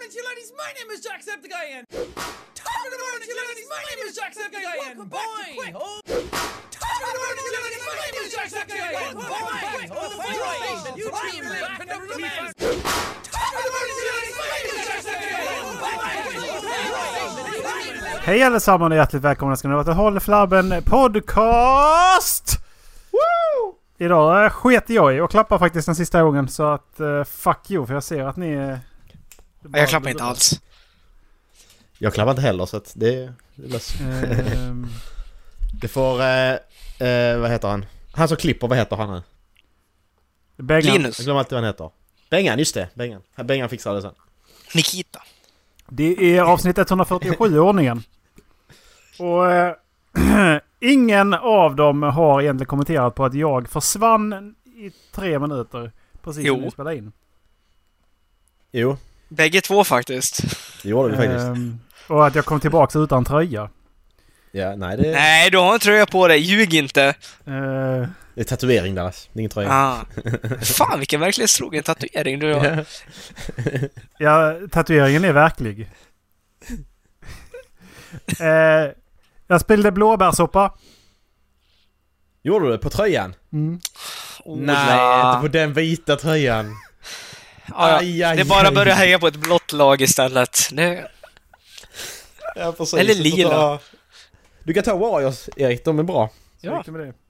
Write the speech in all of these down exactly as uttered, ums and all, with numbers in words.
morning, you ladies. My name is Jacksepticeye. Top of the morning, you ladies. My name is Jacksepticeye. Welcome back to Quick. Top of the morning, you ladies. My name is Jacksepticeye. Welcome back to the fire station. You dream back and up the man. Top of the morning, you ladies. My name is Jacksepticeye. Welcome back to the fire station. Hej allesammans och hjärtligt välkomna ska ni vara till Håll Flabben podcast! Woo! Idag äh, sket jag i och klappar faktiskt den sista gången så att uh, fuck you för jag ser att ni... Uh, jag klappar inte alls. Jag klappar inte heller så att det, det är lös. Um... det får... Uh, uh, vad heter han? Han som klipper, vad heter han nu? Bengan. Linus. Jag glömmer alltid vad han heter. Bengan, just det. Bengan. Bengan fixar det sen. Nikita. Det är avsnitt etthundrafyrtiosju i ordningen. Och äh, ingen av dem har egentligen kommenterat på att jag försvann i tre minuter precis jo. när vi spelade in. Jo. Bägge två faktiskt. Det gjorde vi faktiskt. Ehm, och att jag kom tillbaka utan tröja. Ja, nej det... Nej, du har en tröja på dig. Ljug inte. Ehm, det är tatuering där. Det är ingen tröja. Ah. Fan, vilken verklighetstrogen tatuering du har. Ja. ja, tatueringen är verklig. ehm, jag spelade blåbärssoppa. Gjorde du det på tröjan? Mm. Oh, nej, inte på den vita tröjan. Ah, aj, aj, det är bara att börja heja på ett blått lag istället. Det... Ja, precis. Eller lila. Ta... Du kan ta Warriors, Erik. De är bra. Ja. Med det.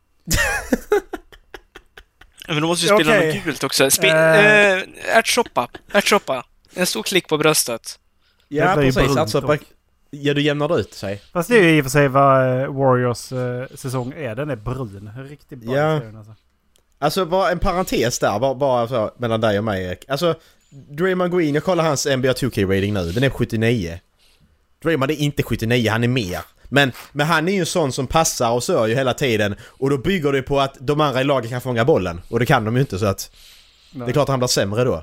Men då måste du spela okay. något gult också. Spe... Uh... Äh, ärtsoppa. Ärtsoppa. En stor klick på bröstet. Ja, precis. Ärtsoppa. Ja, du jämnar ut sig. Fast det är ju i och för sig vad uh, Warriors uh, säsong är. Den är brun. Riktigt bra. Ja. Serien, alltså. Alltså, bara en parentes där. Bara, bara så, mellan dig och mig, Erik. Alltså, Draymond Green, jag kollar hans N B A two K-rating nu. Den är sjuttionio. Draymond är inte sjuttionio, han är mer. Men, men han är ju en sån som passar och sör ju hela tiden. Och då bygger det på att de andra i laget kan fånga bollen. Och det kan de ju inte, så att... Nej. Det är klart att han blir sämre då.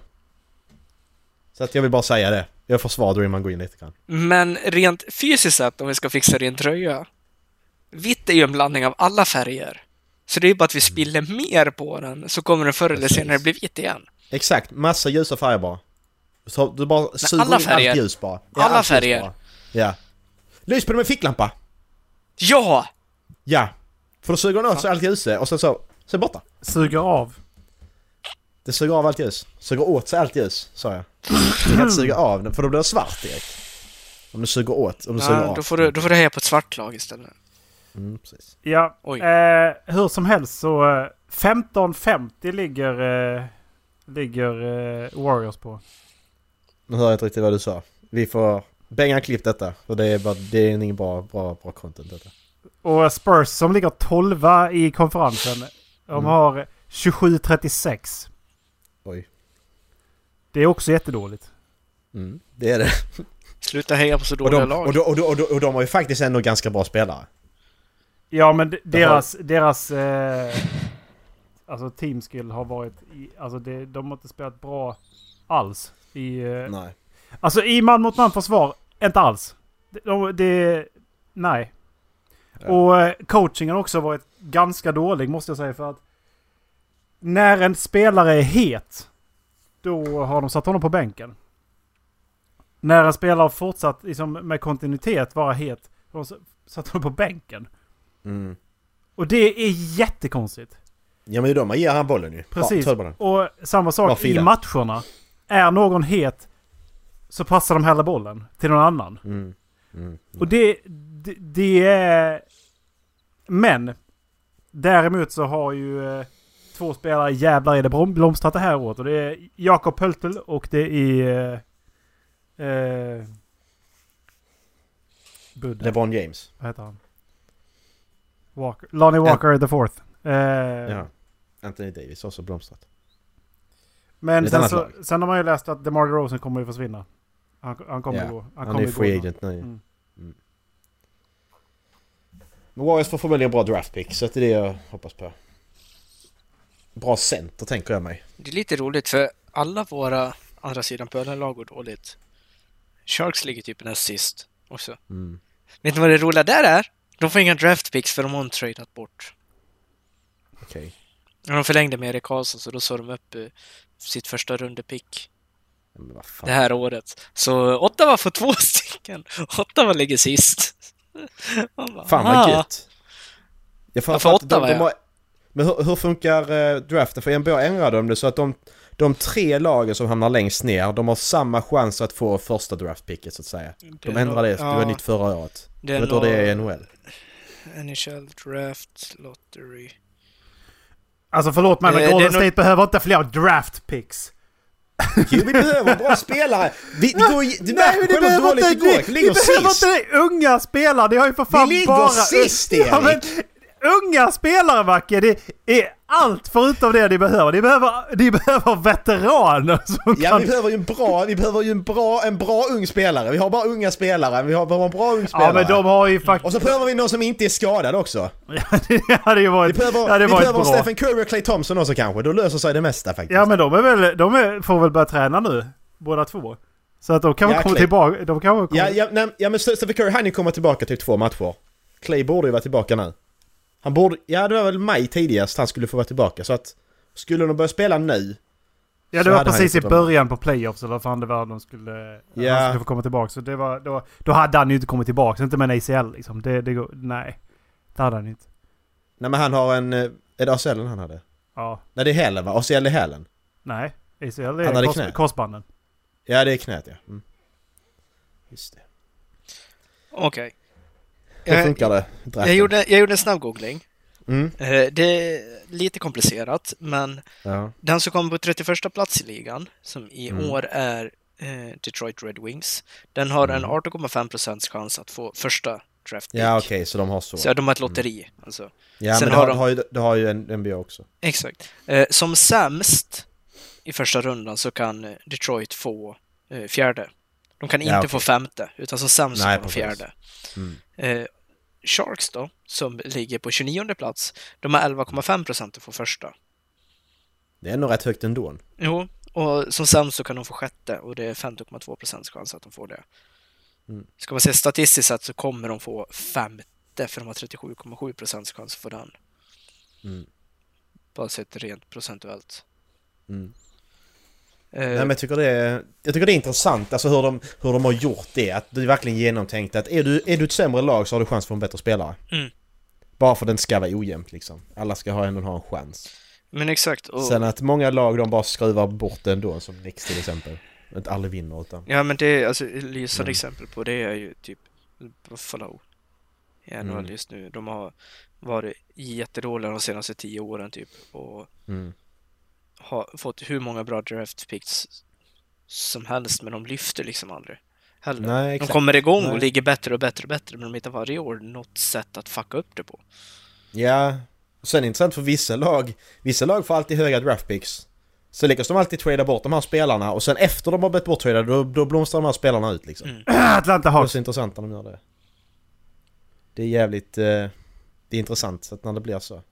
Så att jag vill bara säga det. Jag försvarar Draymond Green lite grann. Men rent fysiskt sett, om vi ska fixa din tröja. Vitt är ju en blandning av alla färger. Så det är bara att vi spiller mer på den. Så kommer den förr eller senare bli vit igen. Exakt, massa ljusa färger bara. Så du bara suger alla in färger. allt ljus bara. Ja, alla allt färger. Bara. Ja. Lys på dem med ficklampa. Ja! Ja. För då suger den åt så allt ljus och sen så, så borta. Suger av. Det suger av allt ljus. Suger åt sig allt ljus, sa jag. Du kan inte suga av den, för då blir det svart, Erik. Om du suger åt, om du ja, suger av. Då får du, då får du heja på ett svart lag istället. Mm, precis. Ja, eh, hur som helst så eh, femton femtio ligger, eh, ligger eh, Warriors på. Nu hör jag inte riktigt vad du sa. Vi får... Bengan klipp detta. För det är, bara, det är ingen bra, bra, bra content detta. Och Spurs som ligger tolva i konferensen. De mm. har tjugosju trettiosex. Oj. Det är också jättedåligt. Mm, det är det. Sluta heja på så dåliga och de, lag. Och de, och, de, och, de, och de har ju faktiskt ändå ganska bra spelare. Ja, men deras... har... deras eh, alltså team skill har varit... I, alltså det, de har inte spelat bra alls. I, eh, nej. Alltså i man mot man försvar, inte alls. Det, de, det, nej. Ja. Och eh, coachingen har också varit ganska dålig, måste jag säga. För att när en spelare är het, då har de satt honom på bänken. När en spelare har fortsatt liksom, med kontinuitet vara het, då har de satt honom på bänken. Mm. Och det är jättekonstigt. Ja, men de ger han bollen ju. Precis. Bara, och samma sak i matcherna. Är någon het så passar de hellre bollen till någon annan. Mm. Mm. Mm. Och det, det, det är... Men däremot så har ju eh, två spelare jävlar i det blomstrat det här året. Och det är Jakob Pöltl och det är... Eh, eh, Budde. LeBron James. Vad heter han? Walker. Lonnie Walker ja. the fourth. Eh, ja. Anthony Davis också blomstrat. Men sen, så, sen har man ju läst att DeMar DeRozan kommer ju försvinna. Han, han kommer ja. gå. Han, han kommer är free gå agent nu. Mm. Mm. Men Warriors får förmodligen bra draft pick, så det är det jag hoppas på. Bra center tänker jag mig. Det är lite roligt för alla våra andra sidan pölen-lag går dåligt. Sharks ligger typ näst sist också. Mm. Vet ni vad det roliga där är? De får inga draft picks för de har tradat bort. Okej. Okay. De förlängde med Erik Karlsson så då såg de upp uh, sitt första rundepick. Men vad fan. det här året. Så Ottawa får två stycken. Ottawa ligger sist. Bara, Fan vad gött. Jag Ja, för Ottawa, de, de ja. har, men hur, hur funkar eh, draften? För N B A ändrade de det så att de, de tre lagen som hamnar längst ner, de har samma chans att få första draftpicket så att säga. De ändrade det, det var ja, nytt förra året. det Jag är vet hur det är i nog- N H L. N H L Draft Lottery. Alltså förlåt mig, men Eh, Golden det är nog- State behöver inte fler draft picks. Jo, vi behöver bra spelare. Vi, det går, ju- det Nej, men märker det hur behöver dåligt inte, det går. vi, Vi vi ligger behöver sist. inte det. Unga spelare, det har ju för fan Vi ligger bara... sist, ja, men, Erik. unga spelare, Macke, det är allt förutom det de behöver. De behöver, de behöver veteraner som Ja, kan... vi behöver ju en bra, vi behöver ju en bra, en bra ung spelare. Vi har bara unga spelare. Vi har bara en bra ung spelare. Ja, men de har ju faktiskt... Och så behöver vi någon som inte är skadad också. det hade ju varit... Vi behöver, ja, det vi var behöver bra. Stephen Curry och Klay Thompson också kanske. Då löser sig det mesta faktiskt. Ja, men de är väl... De är, får väl börja träna nu, båda två. Så att de kan väl Ja, komma Klay. tillbaka... De kan väl komma... Ja, ja, nej, ja men Stephen Curry han ju komma tillbaka till två matcher. Klay borde ju vara tillbaka nu. Han borde... Ja, det var väl maj tidigast han skulle få vara tillbaka. Så att... Skulle de börja spela nu... Ja, så det var hade han precis i inte varit- början på playoffs eller vad fan det var de skulle, Ja. han skulle få komma tillbaka. Så det var, då, då hade han ju inte kommit tillbaka, inte med en A C L liksom. Det, det går, nej, det hade han inte. Nej, men han har en... eh, Är det A C L han hade? Ja, Nej, det är hälen va? A C L är hälen. nej, A C L Han är hade kors, knä. korsbanden. Ja, det är knät ja. Mm. Just det. Okej. Hur Jag, funkar det? jag, gjorde, jag gjorde en snabb googling. Mm. Eh, Det är lite komplicerat, men Ja. den som kommer på trettioförsta plats i ligan, som i Mm. år är eh, Detroit Red Wings, den har en Mm. arton komma fem procent chans att få första draft pick. Ja, okej, så de har så. Så de har ett lotteri. Alltså. Ja, Sen men det har har, de- det har ju, det har ju en N B A också. Exakt. Eh, som sämst i första rundan så kan eh, Detroit få eh, fjärde. De kan inte Ja, okej. få femte, utan som sämst Nej, får de precis. fjärde. Mm. Eh, Sharks då, som ligger på tjugonionde plats, de har elva komma fem procent att få första. Det är nog rätt högt ändå. Jo, och som sämst så kan de få sjätte och det är femton komma två procent chans att de får det. Mm. Ska man säga statistiskt sett så kommer de få femte för de har trettiosju komma sju procent chans att få den. Mm. Bara sett rent procentuellt. Mm. Eh, Nej, men jag tycker det är, jag tycker det är intressant alltså hur de, hur de har gjort det. Att det är verkligen genomtänkt att är du, är du ett sämre lag så har du chans att få en bättre spelare. Mm. Bara för att den ska vara ojämnt liksom. Alla ska ha ändå ha en chans. Men exakt. Och, Sen att många lag de bara skruvar bort det ändå, som Knicks till exempel. Att aldrig vinner utan... ja, men det är alltså lysande Mm. exempel på det är ju typ Buffalo i N H L Mm. just nu. De har varit jättedåliga de senaste tio åren typ och Mm. har fått hur många bra draft picks som helst, men de lyfter liksom aldrig heller. Nej, De exakt. kommer igång Nej. och ligger bättre och bättre och bättre, men de hittar varje år något sätt att fucka upp det på. Ja, och sen är det intressant för vissa lag. Vissa lag får alltid höga draftpicks. Så lyckas de alltid trada bort de här spelarna och sen efter de har blivit borttradade då, då blomstrar de här spelarna ut liksom. Mm. Atlanta Det är Hawks. så intressant när de gör det. Det är jävligt... Eh, det är intressant så att när det blir så.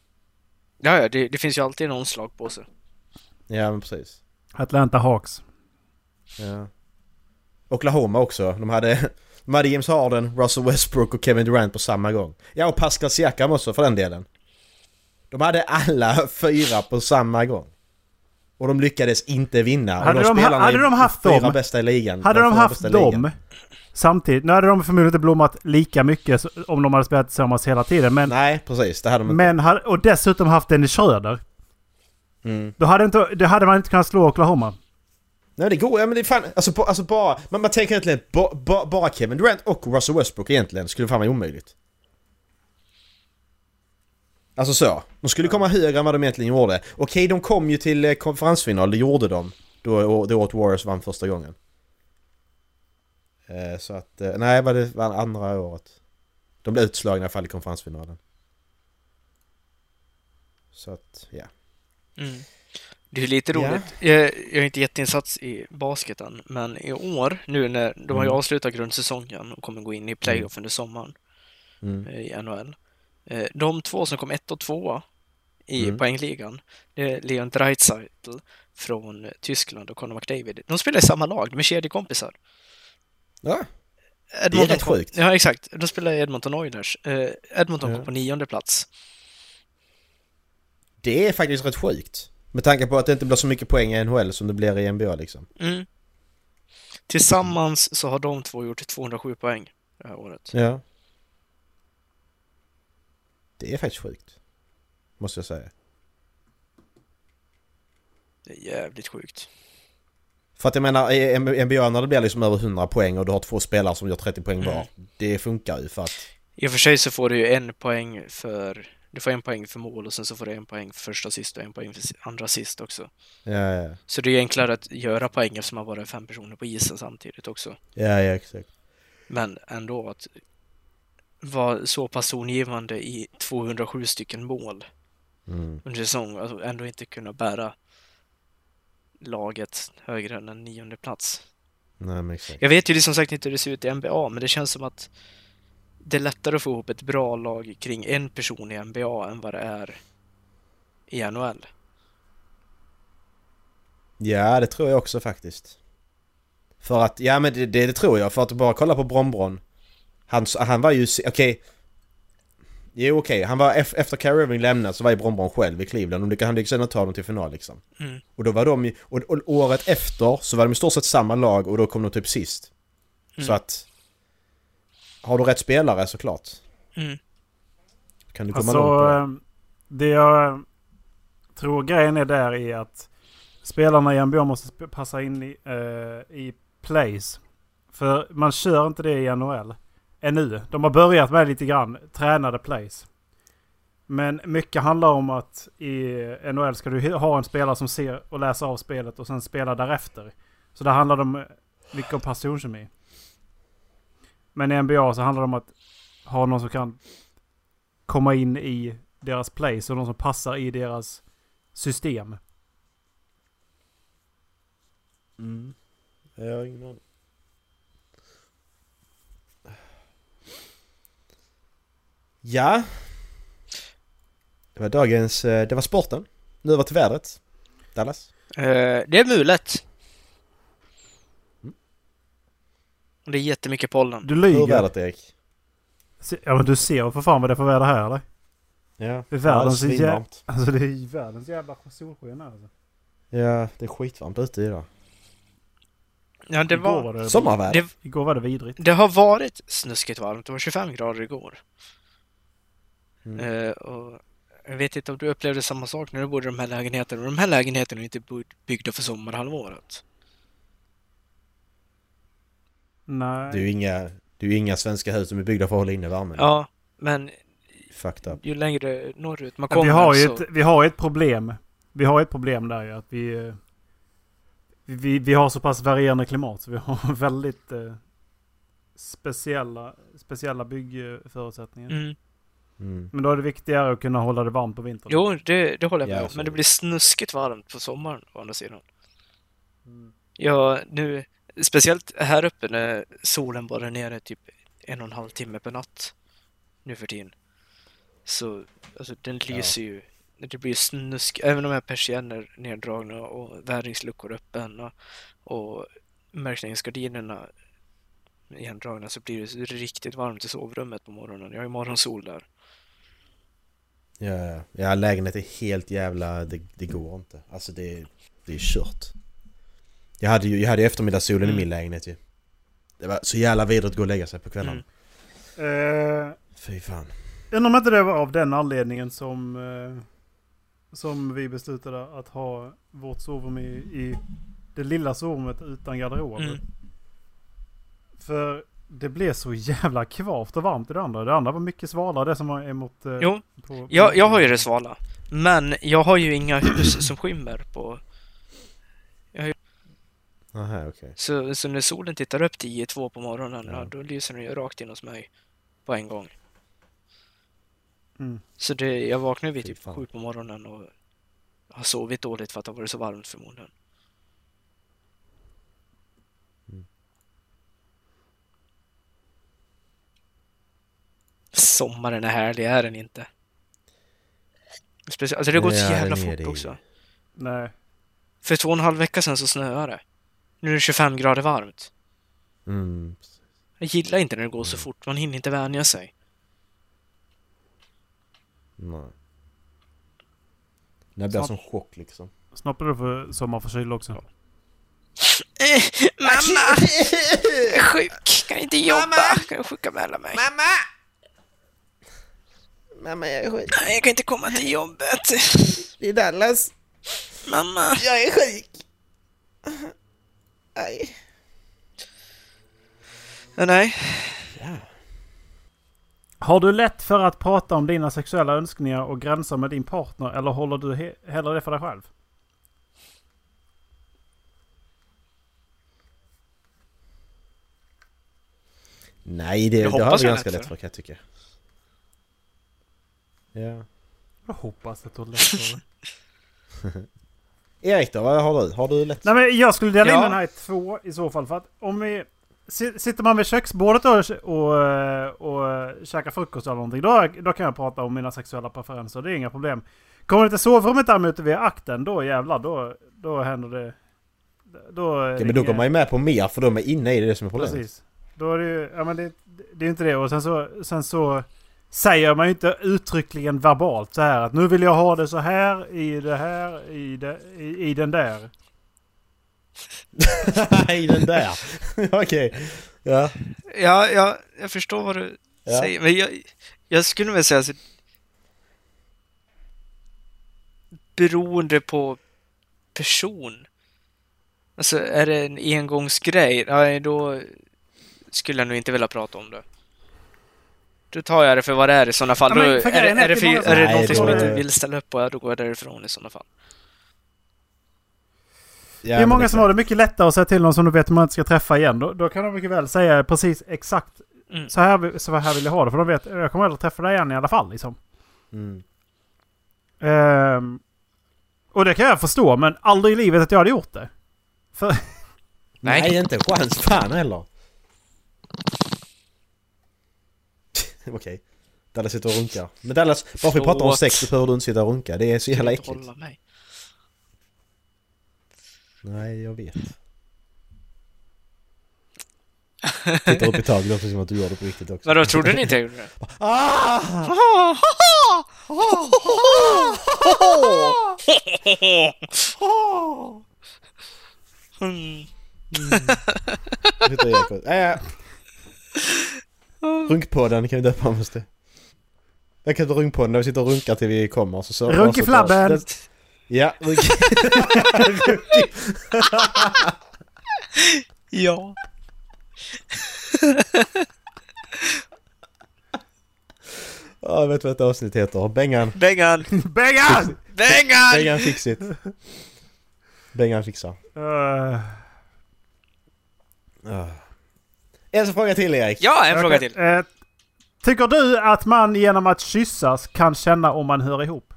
Ja, ja, det, det finns ju alltid någon slag på sig. Ja, men precis. Atlanta Hawks. Ja. Oklahoma också. De hade, de hade James Harden, Russell Westbrook och Kevin Durant på samma gång. Ja, och Pascal Siakam också för den delen. De hade alla fyra på samma gång. Och de lyckades inte vinna. Hade och de- spelarna hade är de haft fyra dem- bästa i ligan. Hade de fyra haft bästa i ligan. dem samtidigt, nu hade de förmodligen inte blommat lika mycket så- om de hade spelat tillsammans hela tiden. Men, Nej, precis. Det hade de inte. men hade, och dessutom haft Dennis Schröder. Mm. Då hade, inte, då hade man inte kunnat slå Oklahoma. Nej, det går. Ja, men det är fan... Alltså, på, alltså bara... Man, man tänker egentligen ba, ba, bara Kevin Durant och Russell Westbrook egentligen skulle fan vara omöjligt. Alltså så. De skulle komma högre än vad de egentligen gjorde. Okej, de kom ju till eh, konferensfinal. Det gjorde de. Då, då åt Warriors vann första gången. Eh, så att... Eh, nej, var det var andra året. De blev utslagna i alla fall i konferensfinalen. Så att, ja. Mm. Det är lite Ja. roligt. Jag, jag är inte jätteinsats i basketen, men i år, nu när de har ju Mm. avslutat grundsäsongen och kommer gå in i playoff under sommaren Mm. eh, i N H L. Eh, De två som kom ett och två i Mm. poängligan, det är Leon Draisaitl från eh, Tyskland och Conor McDavid. De spelar i samma lag, de är kedjekompisar. Ja. Edmonton rätt kom- sjukt. Ja, exakt. De spelar i Edmonton Oilers. Eh, Edmonton Ja. kom på nionde plats. Det är faktiskt rätt sjukt. Med tanke på att det inte blir så mycket poäng i N H L som det blir i N B A liksom. Mm. Tillsammans så har de två gjort tvåhundrasju poäng det här året. Ja. Det är faktiskt sjukt. Måste jag säga. Det är jävligt sjukt. För att jag menar, i N B A när det blir liksom över hundra poäng och du har två spelare som gör trettio poäng var. Mm. Det funkar ju för att... I och för sig så får du ju en poäng för... Du får en poäng för mål och sen så får du en poäng för första assist och en poäng för andra assist också. Ja, ja. Så det är enklare att göra poäng eftersom man bara är fem personer på isen samtidigt också. Ja, ja, exakt. Men ändå att vara så pass tongivande i tvåhundrasju stycken mål mm. under säsong, alltså ändå inte kunna bära laget högre än en nionde plats. Nej, men exakt. Jag vet ju som sagt inte hur det ser ut i N B A, men det känns som att det är lättare att få ihop ett bra lag kring en person i N B A än vad det är i N H L. Ja, det tror jag också faktiskt. För att, ja men det, det, det tror jag, för att bara kolla på Brombron. Han, han var ju, okej. Okay, jo okej, okay. Han var efter Kyrie Irving lämnade så var ju Brombron själv i Cleveland och han lyckades ändå ta dem till final liksom. Mm. Och då var de ju, och, och året efter så var de i stort sett samma lag och då kom de typ sist. Mm. Så att har du rätt spelare såklart. Mm. Kan du komma alltså, långt på. Det jag tror grejen är där är att spelarna i N B A måste passa in i, uh, i plays. För man kör inte det i N H L ännu. De har börjat med lite grann tränade plays. Men mycket handlar om att i N H L ska du ha en spelare som ser och läser av spelet och sen spela därefter. Så det handlar om mycket om passionskemi. Men i N B A så handlar det om att ha någon som kan komma in i deras plays och någon som passar i deras system. Mm. Jag har ingen aning. Ja. Det var dagens, det var sporten. Nu var till vädret. Dallas. Uh, det är mulet. Mm. Det är jättemycket pollen. Du lyger. Hur vädret, Erik? Ja men du ser för fan vad det är för väder här eller? Ja. Det är världens ja, jä... Alltså det är världens jävla solsken här alltså. Ja, det är skitvarmt ute idag. Ja, det var, var det, sommarväder. Det, igår var det vidrigt. Det har varit snuskigt varmt. Det var tjugofem grader igår. Mm. Uh, och jag vet inte om du upplevde samma sak när du bodde i de här lägenheterna. De här lägenheterna är inte byggda för sommarhalvåret. Nej. Det är ju inga, det är ju inga svenska hus som är byggda för att hålla inne värmen. Ja, men fucked up. Ju längre norrut man kommer vi har ju så... ett, vi har ett problem. Vi har ett problem där ju att vi vi, vi har så pass varierande klimat så vi har väldigt eh, speciella speciella byggförutsättningar. Mm. Mm. Men då är det viktigare att kunna hålla det varmt på vintern. Jo, det, det håller jag med ja, om. Men det blir snuskigt varmt på sommaren å andra sidan. Mm. Ja, nu speciellt här uppe när solen bara är nere typ en och en halv timme per natt nu för tiden. Så alltså den lyser ja. ju. Det blir snusk, även om jag persienner neddragna och vädringsluckor öppna och märkningsgardinerna neddragna så blir det riktigt varmt i sovrummet på morgonen. Jag har ju morgonsol där. Ja, ja, lägenhet är helt jävla, det, det går inte. Alltså det, det är kört. Jag hade ju jag hade eftermiddagssolen mm. i min lägenhet ju. Det var så jävla vidrigt att gå och lägga sig på kvällen. Mm. Uh, Fy fan. Undrar om inte det var av den anledningen som uh, som vi beslutade att ha vårt sovrum i, i det lilla sovrummet utan garderob. Mm. För det blev så jävla kvavt och varmt i det andra. Det andra var mycket svalare, det som var emot... Uh, jo, på, på jag, jag har ju det svala. Men jag har ju inga hus som skymmer på... Jag har ju... Aha, okay. så, så när solen tittar upp tio två på morgonen, ja. Ja, då lyser den ju rakt in hos mig på en gång. Mm. Så det, jag vaknar vid typ sju på morgonen och har sovit dåligt för att det har varit så varmt förmodligen. Mm. Sommaren är härlig, är den inte? Specie- alltså det har gått så jävla fort också. Nej. För två och en halv vecka sedan så snöade det. Nu är det tjugofem grader varmt. Mm. Jag gillar inte när det går så fort. Man hinner inte vänja sig. Nej. Det blir som chock liksom. Snart är du för sommarförkyld också. Eh, mamma! Jag är sjuk. Kan inte jobba. Mamma! Kan jag sjukanmäla mig? Mamma! Mamma, jag är sjuk. Nej, jag kan inte komma till jobbet. Det är Dallas. Mamma! Jag är sjuk. Nej. Nej. Ja. Har du lätt för att prata om dina sexuella önskningar och gränser med din partner, eller håller du he- hellre det för dig själv? Nej, det, Jag det har hoppas vi jag ganska lätt lätt för, kan jag tycka. Ja. Jag hoppas att du har lätt för det. Erik då, vad har du? Har du lätt? Nej, men jag skulle dela in Ja. den här i två i så fall. För att om vi... si- Sitter man vid köksbordet och, och, och käkar frukost eller någonting, då, då kan jag prata om mina sexuella preferenser. Det är inga problem. Kommer det till sovrummet däremot vid akten, då jävlar, då, då händer det... Då, Ja, men då går man ju med på mer, för de är inne i det, det som är problemet. Precis. Då är det ju... Ja, men det, det är ju inte det. Och sen så... Sen så säger man ju inte uttryckligen verbalt så här att nu vill jag ha det så här, i det här, i, det, i, i den där. Nej, den där. Okej. Ja. Ja, ja, jag förstår vad du Ja. säger. Men jag, jag skulle väl säga så, beroende på person. Alltså, är det en engångsgrej, nej, då skulle jag nog inte vilja prata om det. Då tar jag det för vad det är i sådana fall. Ja, men Då, för är, det, grejen är är det, att för, det är många är det som- någonting som Nej, jag det- inte vill ställa upp på, ja, då går jag därifrån i sådana fall. Ja, Det är men många exakt. som har det mycket lättare att säga till någon som du vet att man inte ska träffa igen. Då, då kan de mycket väl säga precis exakt Mm. så, här, vill- så här vill jag ha det. För de vet jag kommer aldrig träffa dig igen i alla fall. Liksom. Mm. Ehm, och det kan jag förstå, men aldrig i livet att jag hade gjort det. För, Nej. Nej, inte en chans fan heller. Okej. Dallas sitter och runkar. Men Dallas, bara för att vi pratar om Förlåt. sex så behöver du inte sitta och runka. Det är så jävla Jag kan inte äckligt. hålla mig. Nej, jag vet. Tittar upp i taget, det låter som att du gör det på riktigt också. Vadå, trodde ni inte jag gjorde det? Ah! Mm. Sitter Erik och... Äh, ja. Runkpodden kan vi döpa om oss det. Jag kan inte runkpodden där vi sitter och runkar till vi kommer. Så så Runk i flabben! Det- Ja, runk. Ja. Ja, jag vet vad ett avsnitt heter. Bengan. Bengan! Bengan! Bengan! Bengan fix it. Bengan fixar. Uh, Ah. En som fråga till Erik. Ja, en fråga till. Eh, tycker du att man genom att kyssas kan känna om man hör ihop?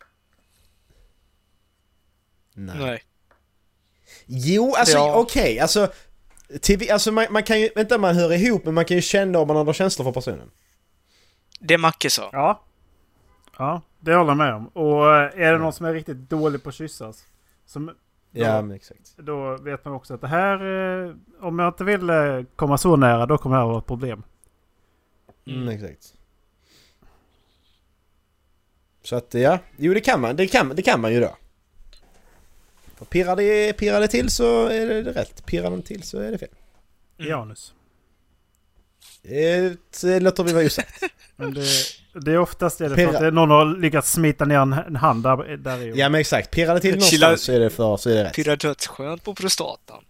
Nej. Nej. Jo, alltså Ja. okej. Alltså, till, vi- alltså man, man kan ju, inte om man hör ihop, men man kan ju känna om man har några känslor för personen. Det Macke sa. Ja. Ja, det håller jag med om. Och eh, är det någon som är riktigt dålig på att kyssas, som, Ja, men exakt. då vet man också att det här, eh, om jag inte vill eh, komma så nära, då kommer det här vara ett problem. Mm, exakt. Så att ja, jo det kan man, det kan, det kan man ju då. För pirrar det, pirrar det till så är det, det rätt. Pirrar den till så är det fel. I anus. Det låter vi vara osagt. Men det, det är oftast det, för Pirra. att det- någon har lyckats smita ner en, en hand där, där i. Ja men exakt, pirrar det till Chilla- någonstans så är det för, så är det rätt. Pirrar dödsskönt på prostatan.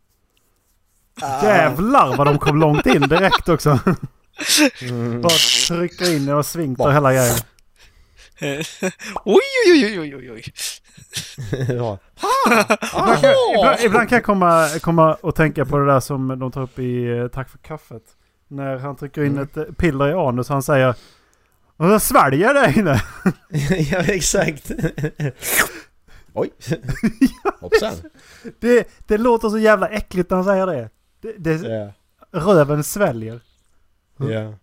Jävlar vad de kom långt in direkt också. Mm. Bara trycker in och svinkter hela grejen. Oj, oj, oj, oj, oj, oj. Ja. Ibland kan, ibland, ibland kan jag komma, komma och tänka på det där som de tar upp i eh, Tack för kaffet. När han trycker in Mm. ett eh, piller i anus och han säger och jag sväljer det inne. Ja exakt. Oj. Hoppsan. Det, det låter så jävla äckligt när han säger det. det, det Ja. röven sväljer. Ja.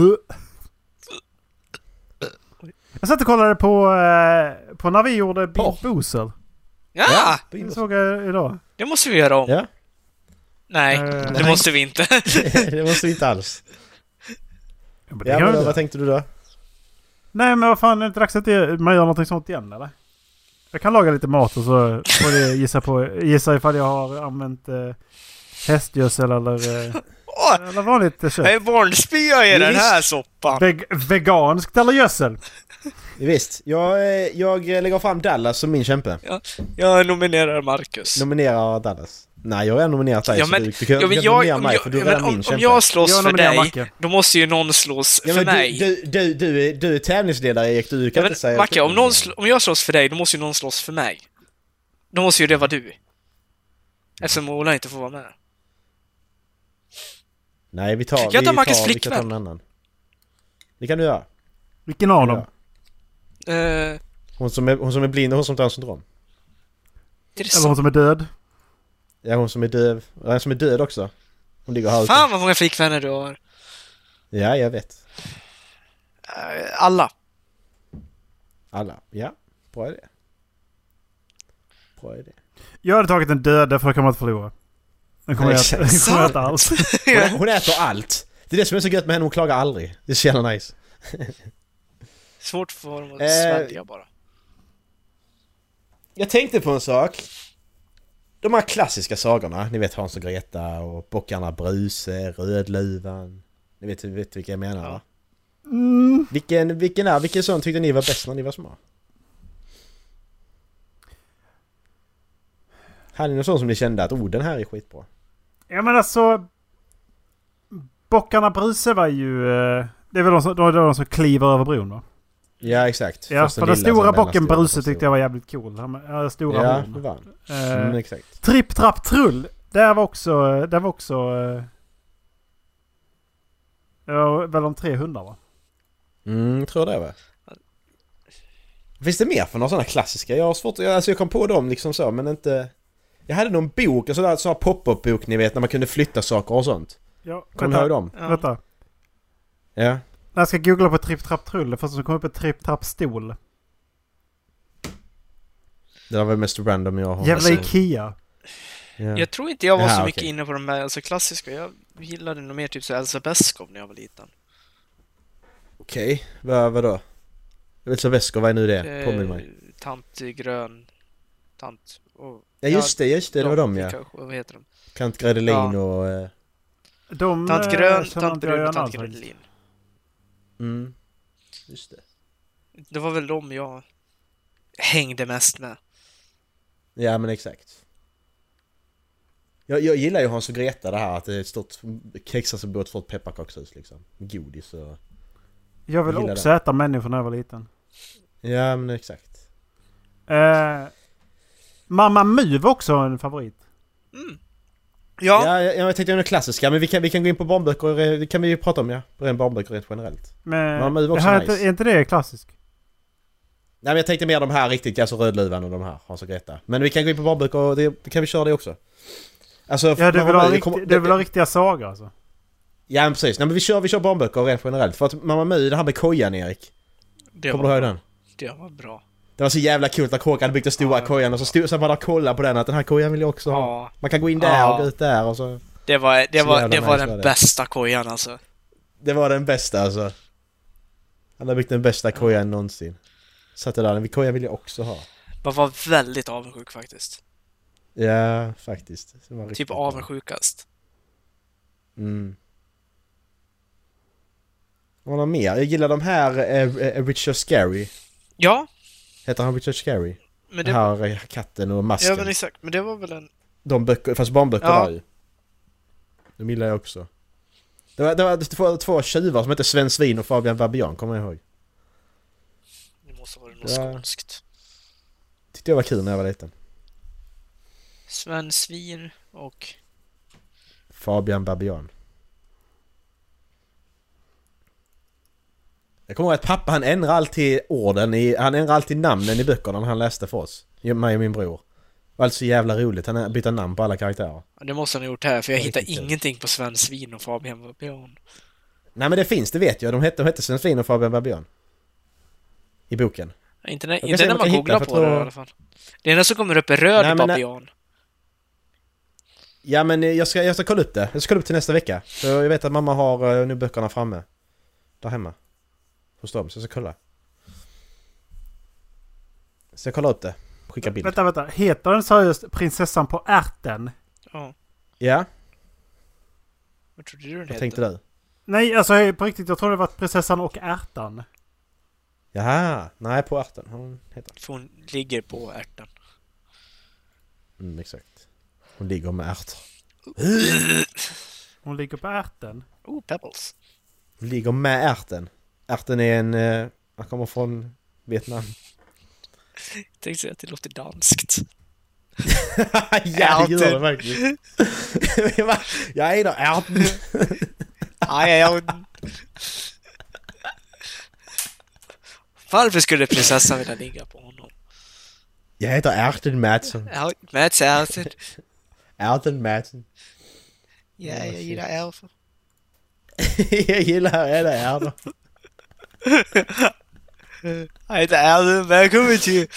Jag satt och kollade på, eh, på när vi gjorde Big Porr. Boozle. Ja, Det såg jag idag. det måste vi göra om. Ja. Nej, Eh, det nej. måste vi inte. Det måste vi inte alls. Ja, men det Ja, kan men vi då, inte. vad tänkte du då? Nej men vad fan, är det inte dags att det- man gör någonting sånt igen eller? Jag kan laga lite mat och så får du gissa, på, gissa ifall jag har använt eh, hästgödsel eller, eh, Åh, eller vanligt kött. det är barnspya i den här soppan. Veg- veganskt eller gödsel? Visst, jag, eh, jag lägger fram Dallas som min kämpe. Ja, jag nominerar Marcus. Nominerar Dallas. Nej, jag har nominerat dig. Ja, så men, du, du kan, ja, men du kan jag, nominera om, mig jag, för du är men redan om, min om kämpe. jag slåss Jag för nominerar dig, Macke. då måste ju någon slåss Ja, för men mig. du, du, du, du, är, du är tävlingsledare Erik, du kan Ja, inte men, säga... Macke, om, någon sl- om jag slåss för dig, då måste ju någon slåss för mig. Då måste ju det vara du. Eftersom Ola inte får vara med. Nej, vi tar... Jag tar vi Marcus tar, vi kan ta flickvän. någon annan. Det kan du göra. Vilken av Ja. dem? Uh, Hon som är, hon som är blind och hon som tar syndrom. det är Eller så. hon som är död? Ja, hon som är döv. Ja, en som är död också. Hon ligger här ute. Fan vad många flickvänner du har. Ja, jag vet. Uh, alla. Alla. Ja, bra idé. Bra idé. Jag hade tagit en död för att komma att förlora. Den kommer jag Exakt. den kommer jag äta alls. Hon, ä- hon äter allt. Det är det som är så gött med henne, hon klagar aldrig. Det är så jävla nice. Svårt för honom att Eh, svälja bara. Jag tänkte på en sak. De här klassiska sagorna, ni vet Hans och Greta och Bockarna Bruse, Rödluvan. Ni vet, vet vilka jag menar, va? Mm. Vilken, vilken är, vilken sån tyckte ni var bäst när ni var små? Hade ni någon sån som ni kände att oh, den här är skitbra? Ja men alltså... Bockarna Bruse var ju... eh, Det är väl de som, de, de som kliver över bron då? Ja, exakt. Ja, Först för den lilla, stora sen bocken mellanstora, Bruse sen tyckte jag var jävligt cool. Han hade stora Ja, horn. det var han. Eh, Mm, exakt. Tripp, trapp, trull. Det var också... Det var också... eh, Det var väl de tre hundar va? Mm, tror det va? Finns det mer för några sådana klassiska? Jag har svårt, jag, alltså jag kom på dem liksom så, men inte... Jag hade någon bok, en sån där, sån här pop-up-bok ni vet, när man kunde flytta saker och sånt. Ja, Kommer du ihåg dem? Ja. Vänta. Ja. När jag ska googla på tripp, trapp, trull. Det första som kommer upp är tripp, trapp, stol. Det var väl mest random jag har. Jävla Alltså- Ikea. Ja. Jag tror inte jag var Jaha, så mycket okej. inne på de här alltså, klassiska. Jag gillade nog mer typ så Elsa Beskow när jag var liten. Okej, vad, vadå? Jag vet så väskor, vad är nu det? Påminn mig. Eh, tant Grön. Tant... Och, Ja just det, just det, det var de ja. Kanske, vad heter de? Kant Gredelin Ja. och... eh, De, Tant eh, Grön, känner Tant inte jag Brun och igen Tant alls faktiskt. Gredelin. Mm. Just det. Det var väl de jag hängde mest med. Ja men exakt. Jag, jag gillar ju Hans och Greta det här att det är ett stort kexar som bor ett stort pepparkakshus liksom. Godis och... Jag vill Jag gillar också äta människor när jag var liten. Ja men exakt. Eh, Mamma Mu var också en favorit. Mm. Ja, Ja, jag, jag tänkte göra det klassiska men vi kan, vi kan gå in på barnböcker, det kan vi ju prata om ja. Ren barnböcker rent generellt. Men, Mamma Mu var det också här, nice. är inte det klassisk? Nej men jag tänkte mer de här riktigt, alltså Rödluvan och de här, Hans och Greta. Men vi kan gå in på barnböcker och det, det kan vi köra det också. Alltså, Ja, du Mamma vill, ha Mu, rikt, kommer- du vill ha riktiga sagor alltså? Ja men precis, nej men vi kör, vi kör barnböcker rent generellt. För att Mamma Mu, det här med kojan Erik. det Kommer du var, ihåg den? det var bra. Det var så jävla kul att Kåkan hade byggt den stora Ja. kojan och så stod så man där kolla på den att den här kojan vill jag också ha. Ja, Man kan gå in där Ja. och gå ut där och så. det var, det Så var, jävla det var nice var den det. bästa kojan alltså. Det var den bästa alltså. Han har byggt den bästa kojan någonsin. Satte där, den kojan vill jag också ha. Man var väldigt avundsjuk faktiskt. Ja, faktiskt. Det var riktigt Typ bra. avundsjukast. Mm. Vad har mer? Jag gillar de här eh, eh, Richard Scary. Ja, Heter han Richard Scary? men Det det, här eh, katten och masken. ja, men exakt. Men det var väl en... De böcker, fast barnböcker Ja. där ju. De gillar jag också. Det var, det var två, två tjuvar som hette Sven Svin och Fabian Babian, kommer jag ihåg. Det måste vara något Ja. skånskt. Tyckte jag var kul när jag var liten. Sven Svin och... Fabian Babian. Jag kommer ihåg att pappa han ändrar alltid orden i, han ändrar alltid namnen i böckerna när han läste för oss. Mig och min bror. Det var alltså så jävla roligt, han bytte namn på alla karaktärer. Ja, det måste han ha gjort här, för jag Jag hittar vet inte. ingenting på Sven Svin och Fabian Babian. Nej men det finns, det vet jag. De hette, de hette Sven Svin och Fabian Babian. I boken. Inte när, kan inte se när om jag man kan googlar hitta, på för det att- i alla fall. Det enda som kommer upp är röd Nej, men- babian. Ja men jag ska, jag ska kolla upp det. Jag ska kolla upp till nästa vecka. Så jag vet att mamma har uh, nu böckerna framme. Där hemma. Hos dem, så jag ska kolla. Så jag kollar upp det. skicka bild. Vänta, vänta. Heter den seriöst Prinsessan på ärten? Ja. Ja, Vad trodde du den vad hette? tänkte du? Nej, alltså på riktigt. Jag tror det var Prinsessan och ärtan. Jaha, nej på ärten. Hon heter. För hon ligger på ärtan. Mm, exakt. Hon ligger med ärtor. Hon ligger på ärten. Oh, pebbles. Hon ligger med ärten. Ärten är en... Eh, han kommer från Vietnam. Jag tänkte säga att det låter danskt. Ja, det gör det faktiskt. Jag är där ärten. Nej, jag... Varför skulle prinsessan vilja ligga på honom? Jag heter Ärten Mattsson. Ja, Mats Ärten. Ärten Mattsson. Ja, jag gillar ärtor. Jag gillar alla ärtor. Jag heter Ärten, välkommen till...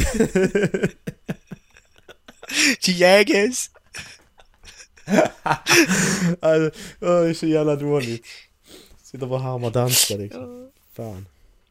till Jägers. Alltså, åh, det är så jävla dåligt. Sitter bara här och dansar liksom. Fan.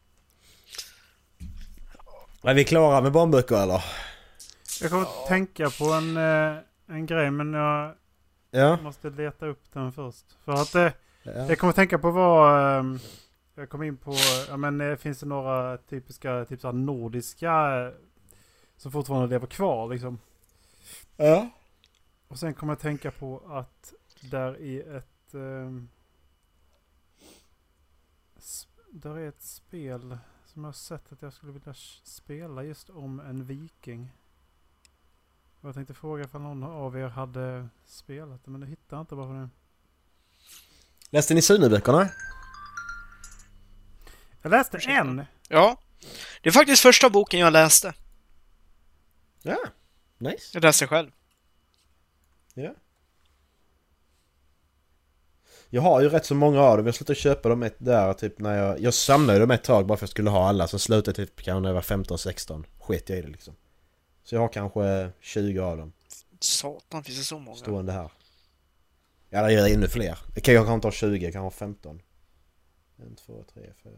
Är vi klara med barnböcker eller? Jag kommer att tänka på en, eh, en grej, men jag Ja. måste leta upp den först. För att eh, Ja. jag kommer att tänka på vad... Eh, jag kom in på... Ja, men eh, finns det några typiska typ så här nordiska eh, som fortfarande lever kvar liksom? Ja. Och sen kommer jag tänka på att där är ett... Eh, sp- där är ett spel som jag har sett att jag skulle vilja spela just om en viking. Och jag tänkte fråga ifall någon av er hade spelat det, men det hittar jag inte bara nu. Läste ni Sune-böckerna? Jag läste Ursäkta. en. Ja, det är faktiskt första boken jag läste. Ja. Nice. Jag läste själv. Ja. Jag har ju rätt så många av dem. Jag slutade köpa dem ett där typ när jag... Jag samlade dem ett tag bara för att jag skulle ha alla. Så slutade jag typ kanske när jag var femton sexton. Sket jag i det liksom. Så jag har kanske tjugo av dem. Satan, finns det så många? Stående här. Ja, det är ännu fler. Jag kan, jag kan inte ha tjugo, jag kan ha femton. En, två, tre, fyra.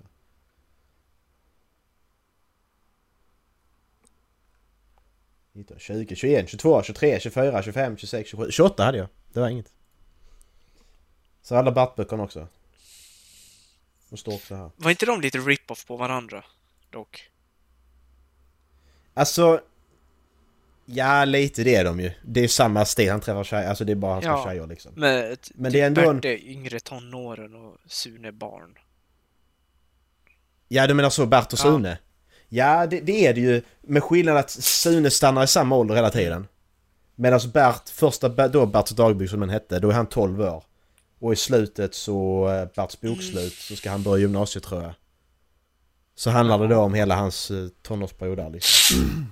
nitton, tjugo, tjugoett, tjugotvå, tjugotre, tjugofyra, tjugofem, tjugosex, tjugosju, tjugoåtta hade jag. Det var inget. Så alla Bart-böckerna också. De står också här. Var inte de lite rip-off på varandra? Dock. Alltså... Ja, lite det är de ju. Det är samma stil, han träffar tjejer. Alltså det är bara hans Ja. tjejer liksom. Men, Men det är ändå en... Bert är yngre tonåren och Sune barn. Ja, du menar så Bert och Ja. Sune? Ja, det, det är det ju. Med skillnad att Sune stannar i samma ålder hela tiden. Medan Bert, första då Berts dagbok som den hette, då är han tolv år. Och i slutet så, eh, Berts bokslut, så ska han börja gymnasiet tror jag. Så handlar det då om hela hans eh, tonårsperiod där liksom.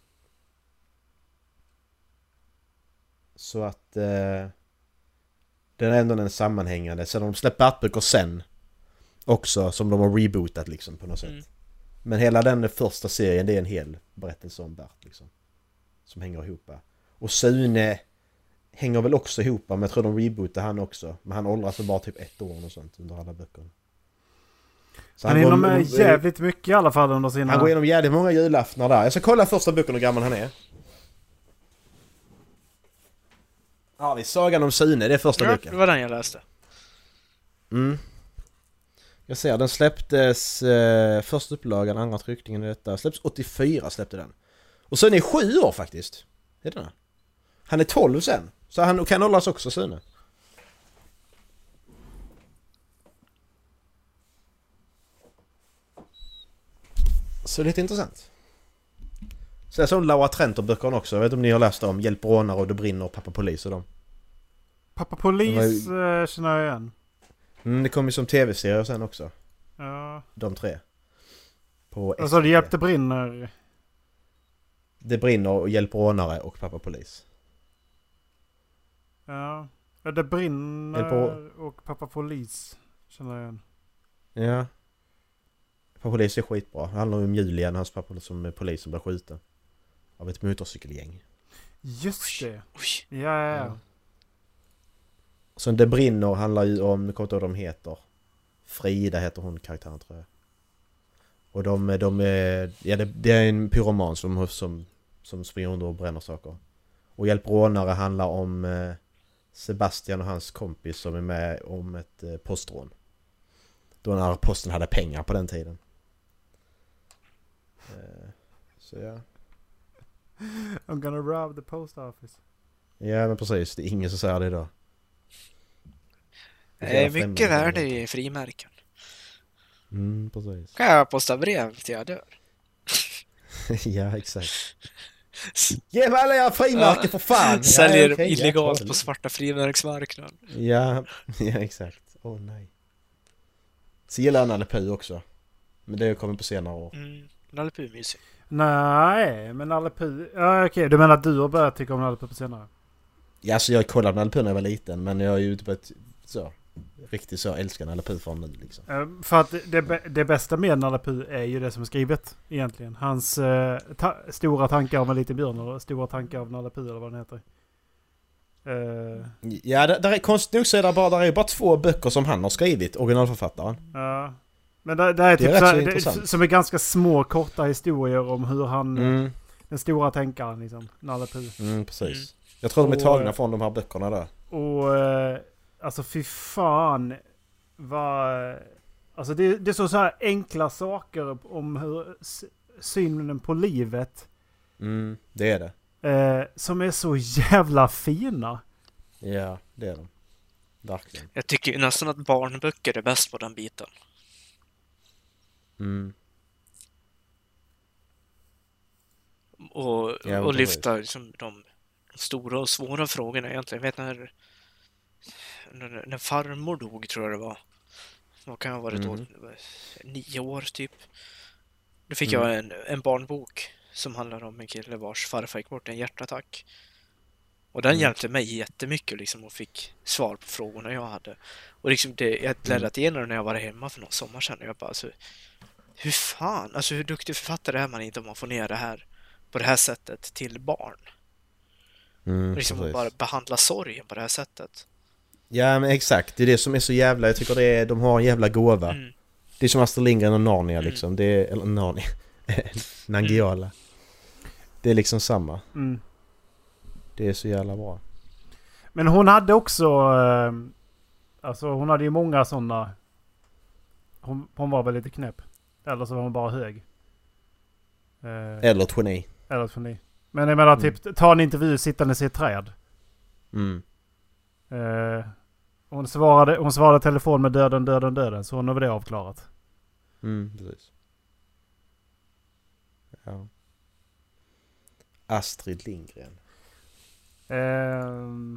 Så att... Eh, den är ändå en sammanhängande. Sen har de släppt Bert-böcker sen. Också, som de har rebootat liksom på något sätt. Mm. Men hela den första serien, det är en hel berättelse om Bert liksom. Som hänger ihop. Och Sune hänger väl också ihop, men jag tror de rebootar han också. Men han åldras bara typ ett år och sånt under alla böckerna. Så Han går- hinner med jävligt mycket i alla fall under sina... Han går igenom jävligt många julaftnar där. Jag ska kolla första boken hur gammal han är. Ja, vi är Sagan om Sune, det är första Ja, boken. det var den jag läste. Mm. Jag ser, den släpptes eh, första upplagan, andra tryckningen i detta. Släpps åttiofyra släppte den. Och sen är sju år faktiskt. Är det? Han är tolv sen. Så han kan hållas också, Sune. Så det är lite intressant. Sen så Laura Trenter-böckerna också. Jag vet inte om ni har läst om Hjälp rånare och Det brinner och Pappa Polis och dem. Pappa Polis eh, känner jag igen. Mm, det kom ju som tv-serier sen också. Ja. De tre. På Alltså det hjälpte brinner. Det brinner och Hjälp rånare och Pappa Polis. Ja. Ja, det brinner Hjälp och Pappa Polis känner jag igen. Ja. Pappa Polis är skitbra. Det handlar om Julian, hans pappa som är polis som blir skjuten av ett motorcykelgäng. Just det. Oj. Ja, ja, ja. Ja. Sen Det brinner handlar ju om, jag kommer inte ihåg vad de heter. Frida heter hon, karaktären tror jag. Och de, de är, ja det, det är en pyroman som, som som springer under och bränner saker. Och Hjälp rånare handlar om eh, Sebastian och hans kompis som är med om ett eh, postrån. Då när posten hade pengar på den tiden. Eh, så ja. I'm gonna rob the post office. Ja, men precis. Det är ingen som säger det idag. Det är mycket värde i frimärken. Mm, precis. Kan jag posta brev till jag dör? Ja, exakt. Ge mig alla era frimärken för fan! Säljer ja, okay, illegalt ja, på svarta frimärksmarknaden. Ja, ja, exakt. Åh oh, nej. Så gillar jag Nalle Puh också. Men det kommer på senare år. Mm, Nalle Puh är mysig. Nej, men Nalle Puh... Ja, okej. Okay. Du menar att du har börjat tycka om Nalle Puh på senare? Ja, alltså jag kollade Nalle Puh när jag var liten. Men jag är ju ute på ett så... Riktigt så älskar Nalle Puh för nu liksom. Uh, för att det, det bästa med Nalle Puh är ju det som är skrivet egentligen. Hans uh, ta- stora tankar om en liten björn och stora tankar av Nalle Puh eller vad den heter. Uh, ja, där, där är konstigt nog så är det bara, där är bara två böcker som han har skrivit, originalförfattaren. Ja. Uh, men det, det är typ det är så, så det, som är ganska små korta historier om hur han, mm. den stora tänkaren liksom, Nalle Puh. Mm, precis. Mm. Jag tror de är tagna och, från de här böckerna där. Och uh, alltså fy fan vad... Alltså det, det är så, så här enkla saker om hur synen på livet. Mm, det är det. Eh, som är så jävla fina. Ja, det är de. Verkligen. Jag tycker nästan att barnböcker är bäst på den biten. Mm. Och, ja, och lyfta liksom, de stora och svåra frågorna egentligen. Jag vet när, när, när farmor dog, tror jag det var. Vad kan jag ha varit mm. då? Nio år typ. Då fick mm. jag en, en barnbok som handlar om en kille vars farfar gick bort i en hjärtattack. Och den mm. hjälpte mig jättemycket liksom, och fick svar på frågorna jag hade. Och liksom det, jag lärde att igenom när jag var hemma för någon sommar sedan. Jag bara, alltså, hur fan, alltså hur duktig författare är man inte om man får ner det här på det här sättet till barn? Mm, och liksom bara behandla sorgen på det här sättet. Ja, men exakt. Det är det som är så jävla... Jag tycker det är, de har en jävla gåva. Mm. Det är som Astrid Lindgren och Narnia liksom. Mm. Det är, eller Narnia. Nangiala. Mm. Det är liksom samma. Mm. Det är så jävla bra. Men hon hade också... Eh, alltså hon hade ju många sådana... Hon, hon var väl lite knäpp. Eller så var hon bara hög. Eh, eller geni. Eller geni. Men jag menar mm. typ, ta en intervju sittandes i ett träd. Mm. Eh, hon svarade, hon svarade telefon med döden, döden, döden. Så hon har det avklarat. Mm, precis. Ja. Astrid Lindgren. Eh,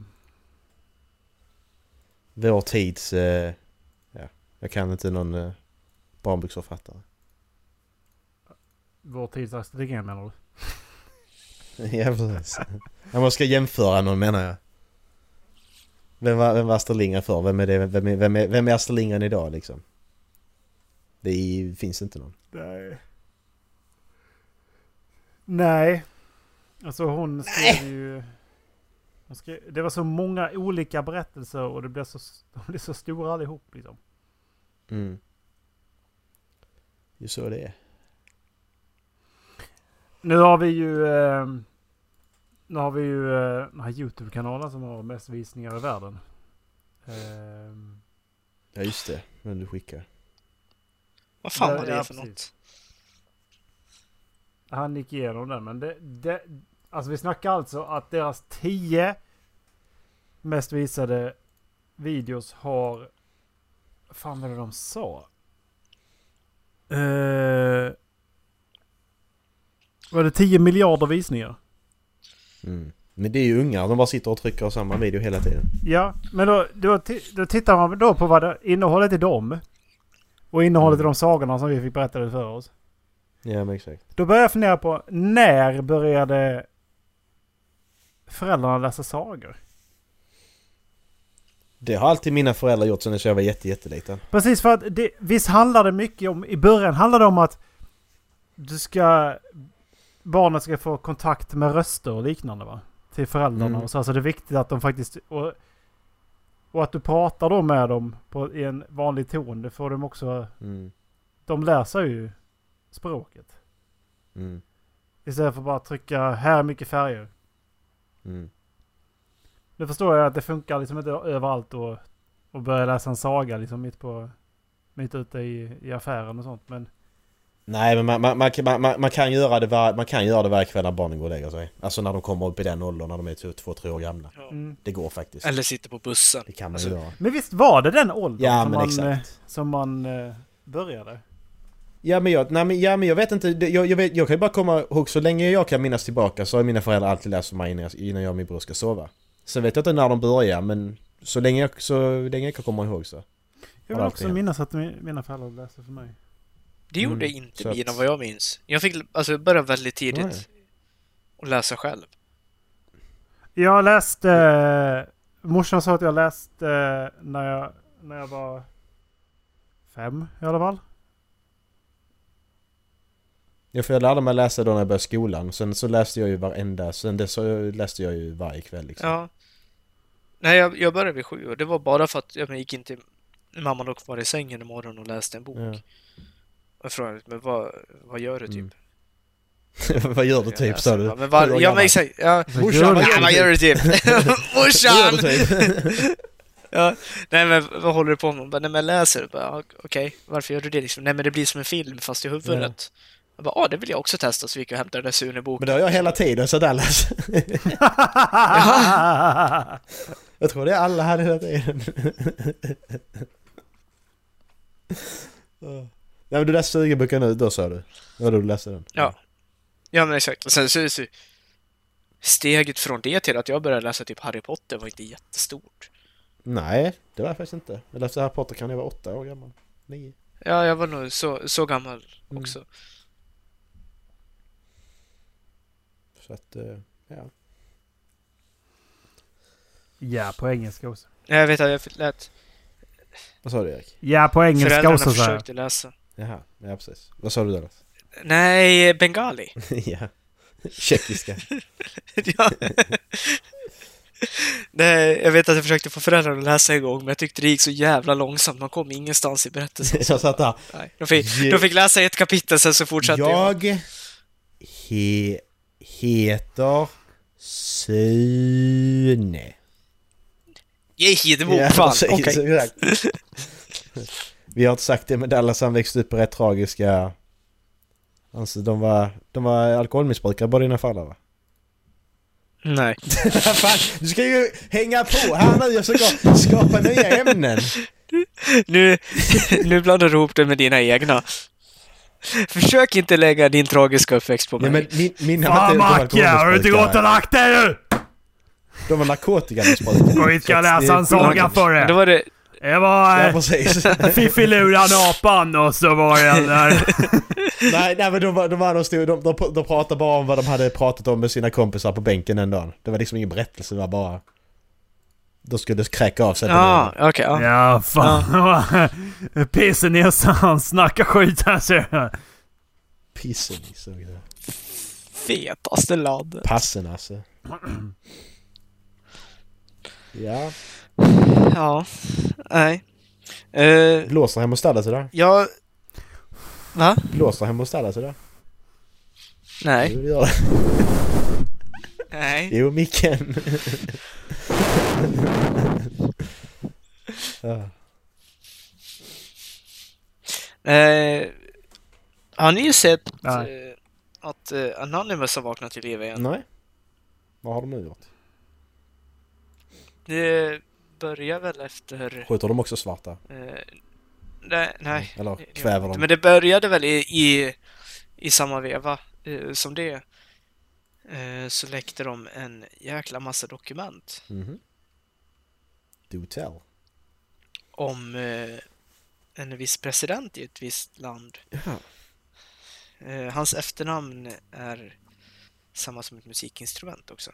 Vår tids... Eh, ja, jag kan inte någon eh, barnboksförfattare. Vår tids Astrid Lindgren menar du? Ja, precis. Jag måste jämföra någon, menar jag. Vem var, vem var Astrid Lindgren för? Vem är, det, vem, är, vem, är, vem är Astrid Lindgren idag liksom? Det är, finns inte någon. Nej. Nej. Alltså hon skrev ju... Hon skrev, det var så många olika berättelser och det blev så, de blev så stora allihop liksom. Mm. Ju så det är. Nu har vi ju... Eh, nu har vi ju eh, den här YouTube-kanalen som har mest visningar i världen. Eh, ja, just det. Men du skickar. Vad fan var det ja, för precis. något? Han gick igenom den, men det, det... Alltså vi snackar alltså att deras tio mest visade videos har... Fan vad det de sa? Eh... Var det tio miljarder visningar? Mm. Men det är ju unga, de bara sitter och trycker samma video hela tiden. Ja, men då, då, då tittar man då på vad det, innehållet i dem och innehållet mm. i de sagorna som vi fick berätta för oss. Ja, men exakt. Då börjar jag fundera på, när började föräldrarna läsa sagor? Det har alltid mina föräldrar gjort sen jag var jätte, jätteliten. Precis, för att det, visst handlar det mycket om, i början handlar det om att du ska... Barnet ska få kontakt med röster och liknande, va? Till föräldrarna. Mm. Och så alltså det är viktigt att de faktiskt... Och, och att du pratar då med dem på, i en vanlig ton. Det får de också... Mm. De läser ju språket. Mm. Istället för att bara trycka här mycket färger. Mm. Nu förstår jag att det funkar liksom inte överallt och, och börja läsa en saga liksom mitt på mitt ute i, i affären och sånt. Men Nej, men man, man, man, man, man kan göra det var, man kan göra det varje kväll när barnen går och lägger sig. Alltså när de kommer upp i den åldern, när de är två, två tre år gamla. Ja. mm. Det går faktiskt. Eller sitter på bussen. Det kan man Alltså, göra. Men visst var det den åldern Ja, som, men man, exakt. eh, som man eh, började? Ja men, jag, nej, men, ja, men jag vet inte, det- jag, jag, vet, jag kan ju bara komma ihåg så länge jag kan minnas tillbaka så har mina föräldrar alltid läst för mig innan jag, innan jag och min bror ska sova. Sen vet jag inte när de börjar, men så länge jag, så länge jag kan komma ihåg så. Jag Har vill alltid också hänt. minnas att mi- mina föräldrar läste för mig. Det gjorde Mm, inte så att- mina vad jag minns. Jag fick alltså börja väldigt tidigt Nej. och läsa själv. Jag läste... Eh, morsan sa att jag läste eh, när, jag, när jag var fem i alla fall. Jag får jag lärde mig läsa då när jag började skolan. Sen så läste jag ju varenda, sen det så läste jag ju varje kväll liksom. Ja. Nej, jag, jag började vid sju och det var bara för att jag gick inte... Mamma dock var i sängen imorgon och läste en bok. Ja. Och jag frågade, men vad, vad gör du typ? Mm. Vad gör du Jag typ, läser. sa du? Men vad, Hur ja, gammal? men exakt. Ja, Morsan, vad ja, vad gör gör du du typ? typ? Vad gör Morsan! du typ? Ja, nej men vad håller du på med? Bara, nej men jag läser. Bara, ja, okej, varför gör du det liksom? Nej men det blir som en film fast i huvudet. Jag bara, ja det vill jag också testa, så vi gick och hämtade den där Sune-boken. Men det har jag hela tiden, så Dallas. Jag tror det är alla hade hela tiden. Nej men du läste Stugeboken nu, då sa du. Ja, då du läste den. Ja. Ja men exakt. Och sen så, så steget från det till att jag började läsa typ Harry Potter var inte jättestort. Nej, det var jag faktiskt inte. Jag läste Harry Potter kan jag vara åtta år gammal. Nio. Ja, jag var nog så, så gammal Mm. också. Så att, eh, ja. Ja, på engelska också. Jag vet att jag lät Vad sa du, Erik? Ja, på engelska föräldrarna också så här. försökte läsa. Jaha, ja precis. Vad sa du, Dallas? Nej, bengali. Ja. Tjeckiska. Ja. Nej, jag vet att jag försökte få föräldrarna att läsa en gång, men jag tyckte det gick så jävla långsamt. Man kom ingenstans i berättelsen. Jag satt där. Nej, de, fick, de fick läsa ett kapitel, sen så fortsatte jag. Jag he, heter Sune. Ge hit en bok, Ja, fan. precis, Okej. exakt. Vi har inte sagt det, men Dallas han växte upp på rätt tragiska... Alltså de var, de var alkoholmissbrukare båda dina föräldrar, va? Nej. Fan, du ska ju hänga på här nu, jag försöker skapa nya ämnen. Nu, nu blandar du ihop det med dina egna. Försök inte lägga din tragiska uppväxt på mig. Ja, men min, mina Fan var Macke, har du inte gått och lagt dig nu? De var narkotikamissbrukare. Och vi ska läsa en saga för Då det. var det... Det var Ja, eh, precis. Fiffiluran apan och så var det en där. nej, nej, men de, var, de, var, de, stod, de, de, de pratade bara om vad de hade pratat om med sina kompisar på bänken en dag. Det var liksom ingen berättelse, det var bara... De skulle kräka av sig. Ja, okej. ja. Ja, fan. Pissen i han snackar skit här ser jag. Pissen i så. Fetaste ladd. Passen alltså. Ja. Ja. Nej. Uh, Blåser hem och ställa sig där. jag... Va? Blåser hem och ställa sig där. Nej. Jo, det gör det. Nej. Jo, micken. Ja. Eh, har ni sett Nej. eh, att eh, Anonymous har vaknat till liv igen? Nej. Vad har de nu gjort? Det börjar väl efter... Skjuter de också svarta? Eh, nej, nej. Eller det- det- kväver dem? Men det började väl i, i, i samma veva eh, som det. Eh, så läckte de en jäkla massa dokument Mhm. Do tell. om eh, en viss president i ett visst land. Ja. Eh, hans efternamn är samma som ett musikinstrument också.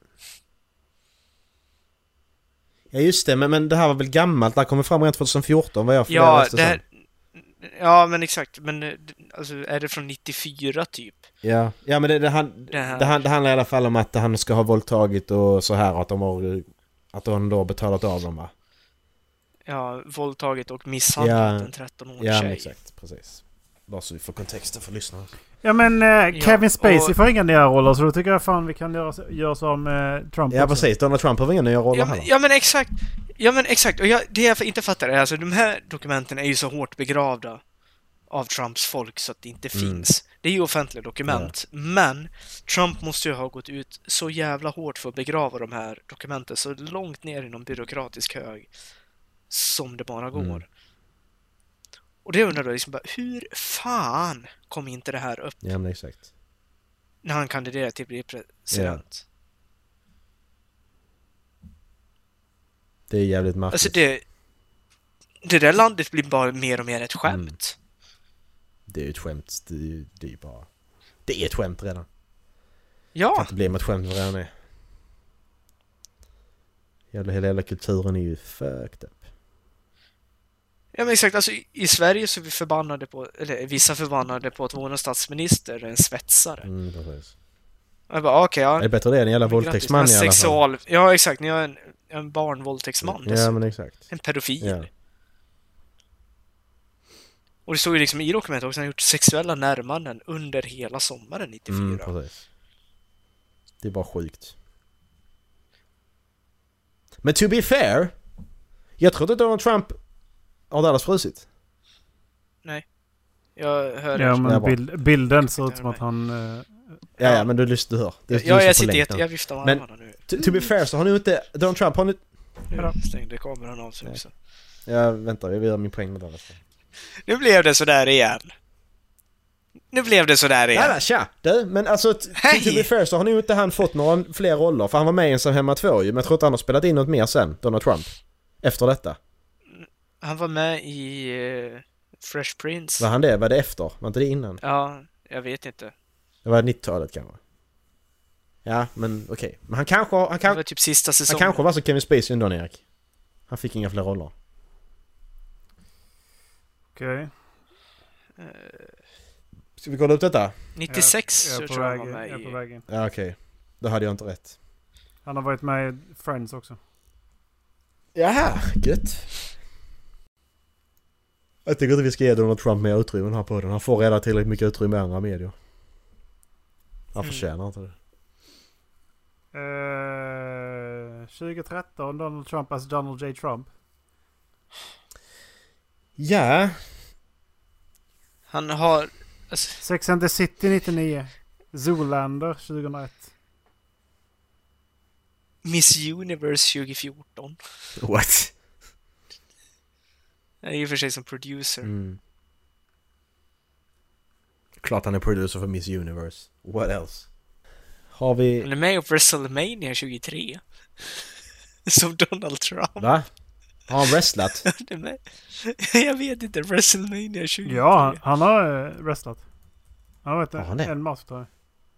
Ja just det, men, men det här var väl gammalt. Det här kommer fram redan tjugohundrafjorton vad jag för Ja, läste det sen. här, ja, men exakt. Men eh, alltså, är det från nittiofyra typ? Ja, ja men det, det, han, Det här. det, han, det handlar i alla fall om att han ska ha våldtagit och så här, att de har att de då har betalat av dem, va? Ja, våldtagit och misshandlat Ja, en tretton-årig Ja, men tjej. exakt, precis. Bara så vi får kontexten för lyssnarna. Ja men eh, Kevin Ja, Spacey och- får inga nya roller så då tycker jag fan vi kan göra, göra som eh, Trump Ja också. precis, Donald Trump har inga nya roller Ja, heller. men, ja men exakt. Ja men exakt. Och jag, det jag inte fattar är alltså de här dokumenten är ju så hårt begravda av Trumps folk så att det inte Mm. finns. Det är ju offentliga dokument. Men Trump måste ju ha gått ut så jävla hårt för att begrava de här dokumenten så långt ner i någon byråkratisk hög som det bara går. Mm. Och det undrar jag liksom bara, hur fan kom inte det här upp Ja men exakt. när han kandiderade till att bli president? Det är jävligt märkligt. Alltså det... Det där landet blir bara mer och mer ett skämt. Det är ju ett skämt. Det är ju det är ju bara... Det är ett skämt redan. Kan Ja, inte bli med ett skämt vad redan är. Jävla, hela, hela kulturen är ju fucked up. ja men exakt. Alltså i, i Sverige så är vi förbannade på, eller vissa förbannade på att vår statsminister är en svetsare. Mm, precis. Och jag bara, okej, Är det ja. bättre det än en jävla men grattis, våldtäktsman men i alla fall? sexual... Ja, exakt. Ni har en, en barnvåldtäktsman Ja dessutom. men exakt. En pedofil. Ja. Och det står ju liksom i dokumentet också att han har gjort sexuella närmanden under hela sommaren nittiofyra. Mm, precis. Det är bara sjukt. Men to be fair, jag tror inte Donald Trump har alldeles frusit. Jag hör Ja er. Ja, men bra. bild, bilden ser ut som att han... Eh, Ja, ja men du lyssnar, du hör. Det, Ja, du jag, lyssnar på sitter länk jätte... nu. Jag viftar med Men- armarna nu. To, to be fair så har ni inte... Donald Trump har ni... Nu stängde kameran av sig Nej. också. Ja, vänta, jag vill göra min poäng med det. Nu blev det sådär igen. Nu blev det sådär igen. Ja, tja! Du, men alltså t- Hej! to be fair så har ni ju inte han fått några fler roller. För han var med i Ensam hemma två ju, men jag tror inte han har spelat in något mer sen, Donald Trump. Efter detta. Han var med i eh, Fresh Prince. Var han det? Var det efter? Var inte det innan? Ja, jag vet inte. Det var nittiotalet kanske. Ja, men okej. Men han kanske, han, Det kan, var typ sista han säsongen. kanske var så Kevin Spacey ändå, Erik. Han fick inga fler roller. Okej. Eh, Ska vi kolla upp detta? nittiosex Jag så är på tror jag väg han in, var jag är på med i... väg in. Ja, okej. Då hade jag inte rätt. Han har varit med i Friends också. Jaha, gött. Jag tycker inte vi ska ge Donald Trump mer utrymme här på den. Han får redan tillräckligt mycket utrymme i andra medier. Han Mm. förtjänar inte det. Eh, tjugohundratretton, Donald Trump as Donald J. Trump. Ja, Han har... Alltså, Sex and the City nittionio. Zoolander tjugohundraett. Miss Universe tjugofjorton. what? Jag är i och för sig som producer. Mm. Klart han är producer för Miss Universe. What else? Har vi... Han är med i WrestleMania tjugotre. Som Donald Trump. Va? Har han wrestlat? Han är med. Jag vet inte, WrestleMania tjugotre. Ja, han, han har uh, wrestlat. Han har varit Har en, han det? en match tror jag.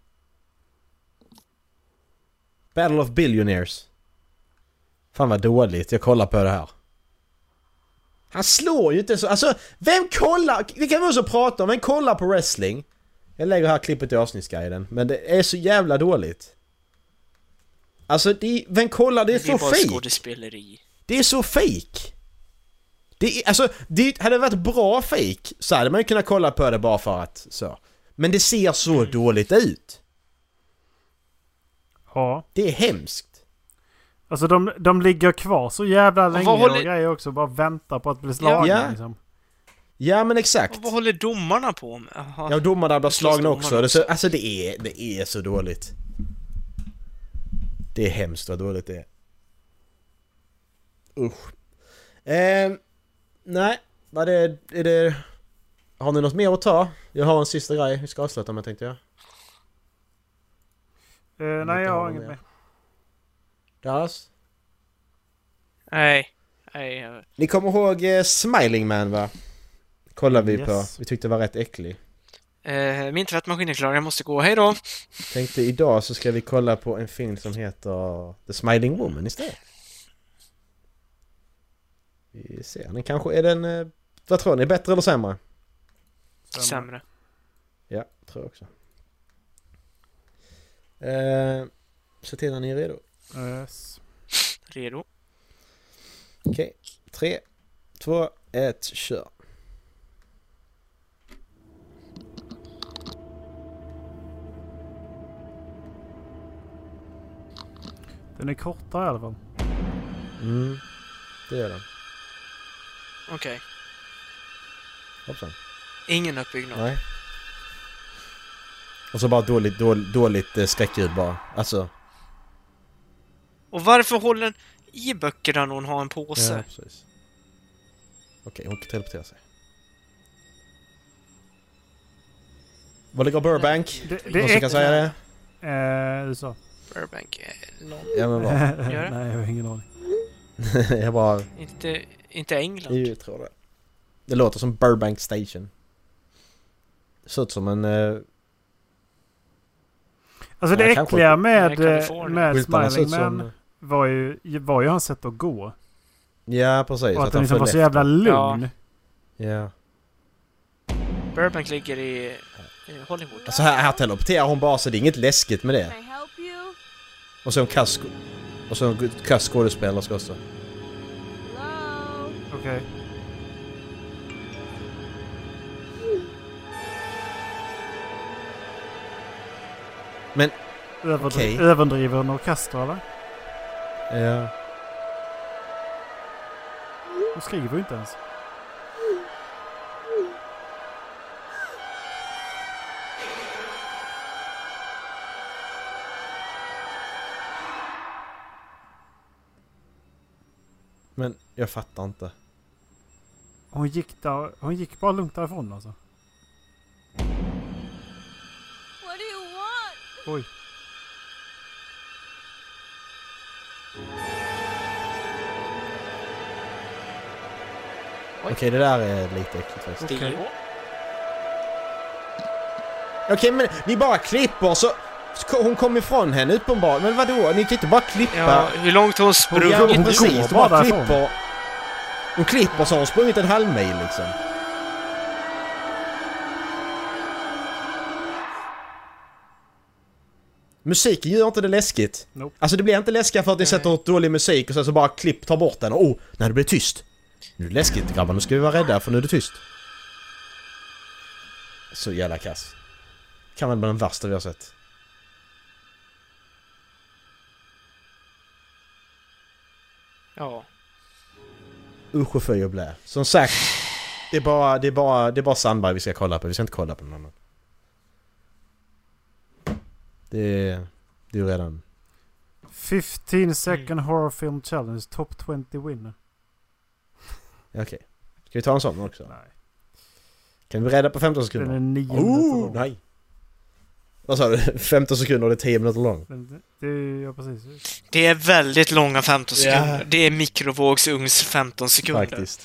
Battle of Billionaires. Fan vad dåligt, jag kollar på det här. Han slår ju inte så... Alltså, vem kollar... Vi kan också prata om, vem kollar på wrestling? Jag lägger här klippet i avsnittsguiden. Men det är så jävla dåligt. Alltså, det, vem kollar? Det är Det så är bara fake. skådespeleri. Det är så fake. Det är, alltså, det hade varit bra fake så hade man ju kunnat kolla på det bara för att så. Men det ser så Mm. dåligt ut. Ja. Det är hemskt. Alltså de, de ligger kvar så jävla länge vad håller- och grejer också. Bara väntar på att bli slagna Ja. liksom. Ja men exakt. Och vad håller domarna på med? Jaha. Ja, domarna blir Slåss slagna domarna också. Det är så, också. alltså det är, det är så dåligt. Det är hemskt vad dåligt det är. Usch. Eh, nej, vad det, är det... Har ni något mer att ta? Jag har en sista grej vi ska avsluta med tänkte jag. Eh, nej, jag har inget mer. Dallas? Nej. Nej. jag- Ni kommer ihåg eh, Smiling Man va? Kollar vi Yes. på. Vi tyckte det var rätt äcklig. Eh, min tvättmaskin är klar, jag måste gå. Hej då! Tänkte idag så ska vi kolla på en film som heter The Smiling Woman istället. Vi ser, den kanske är den... Eh, vad tror ni? Bättre eller sämre? Sämre. Ja, tror jag också. Eh, så till när ni är redo. Yes. Redo? Okej, tre, två, ett, kör. Den är kortare i alla fall. Mm, det är den. Okej. Okay. Hoppsan. Ingen uppbyggnad. Nej. Och så bara dåligt, dåligt, dåligt eh, skräckljud bara. Alltså. Och varför håller den i böckerna när hon har en påse? Ja, precis. Okej, hon kan teleportera sig. Var ligger Burbank? Det, det Någon är som kan säga det? Eh, du sa. Burbank är lång. Ja, men vad? Gör det? Nej, jag har ingen aning. Jag bara... Inte, inte England. Jag tror det. Det låter som Burbank Station. Det ser ut som en... Eh... Alltså det Ja, äckliga kanske. med, Nej, eh, Kalifornien. med skyltarna ser Smiling ut Man som... var ju, var ju hans sätt att gå. Ja, precis. Och att den han liksom var följde så jävla efter. lugn. Ja. Burbank ligger i, i Hollywood. Alltså här, här teleporterar hon bara så det är inget läskigt med det. Can I help you? Och så en kasko... Och så en kass skådespelerska också. Hello? Okej. Men... Överdri- Okej. Överdriver en orkester eller? Ja. De skriver ju inte ens. Men jag fattar inte. Hon gick där, hon gick bara lugnt därifrån alltså. What do you want? Oj. Okej, det där är lite äckligt faktiskt. Okej. Okej. Okej, men ni bara klipper så... så hon kom ifrån henne uppenbart. Men vadå? Ni kan inte bara klippa... Ja, hur långt har hon hon, sprungit? ja, hon hon går precis, bara du bara därifrån. klipper... Hon klipper så har hon sprungit en halv mil liksom. Musiken gör inte det läskigt. Nope. Alltså det blir inte läskigt för att ni Nej. sätter åt dålig musik och sen så bara klipp, tar bort den och oh, när det blir tyst. Nu är det läskigt grabbar, nu ska vi vara rädda för nu är det tyst. Så jävla kass. Kan väl vara den värsta vi har sett. Ja. Usch och fy och blä. Som sagt, det är bara, det är bara, det är bara Sandberg vi ska kolla på. Vi ska inte kolla på någon annan. Det är, det är ju redan... fifteen second horror film challenge. Top twenty winner. Okej. Okay. Ska vi ta en sån också? Nej. Kan vi rädda på femton Den sekunder? är nio minuter Oh, lång. nej. Vad sa du? femton sekunder och det är tio minuter lång. Den, det är, ja, precis. Det är väldigt långa femton sekunder. Ja. Det är mikrovågsugns femton sekunder. Faktiskt.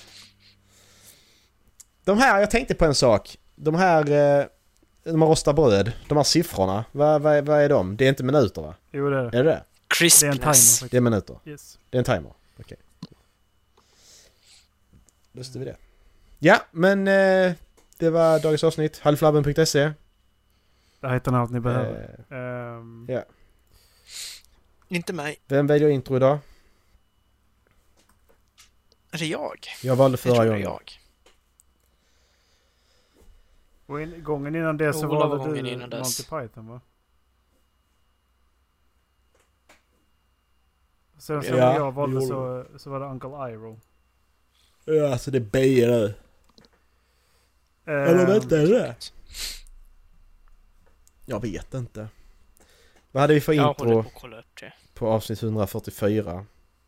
De här, jag tänkte på en sak. De här, eh, de har rostat bröd. De här siffrorna. Vad, vad, vad är de? Det är inte minuter va? Jo, det är det. Är det det? Det är en timer Crispness. faktiskt. Det är minuter. Yes. Det är en timer. Okej. Löste vi det. Ja, men eh, det var dagens avsnitt. halvflabben punkt se. Det här heter allt ni behöver. Eh, Ehm, ja. Inte mig. Vem väljer intro idag? Är det jag? Jag valde Jag förra tror det är gången. jag. och in, gången innan det så Ola var var det gången du innan dess. Monty Python va? Sen så Ja, jag valde det så, så var det Uncle Iroh. Ja, alltså det är B nu. Ehm, är det? Jag vet inte. Vad hade vi för Jag håller intro på att kolla upp det. på avsnitt hundrafyrtiofyra?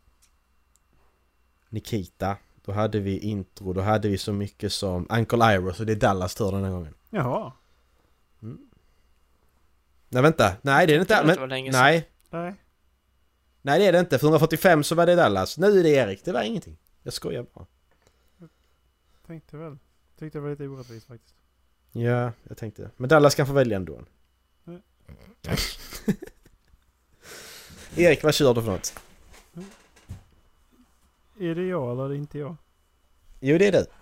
Nikita. Då hade vi intro. Då hade vi så mycket som Uncle Iroh. Så det är Dallas tur den här gången. Jaha. Nej, vänta. Nej, det är det inte. Jag tror att det Men, var länge sedan. nej. Nej. Nej, det är det inte. För hundrafyrtiofem så var det Dallas. Nu är det Erik. Det var ingenting. Jag skojar bara. Tänkte väl. Tyckte det var lite orättvist faktiskt. Ja, jag tänkte. Men Dallas kan få välja ändå. Mm. Erik, vad kör du för något? Är det jag eller är det inte jag? Jo, det är du.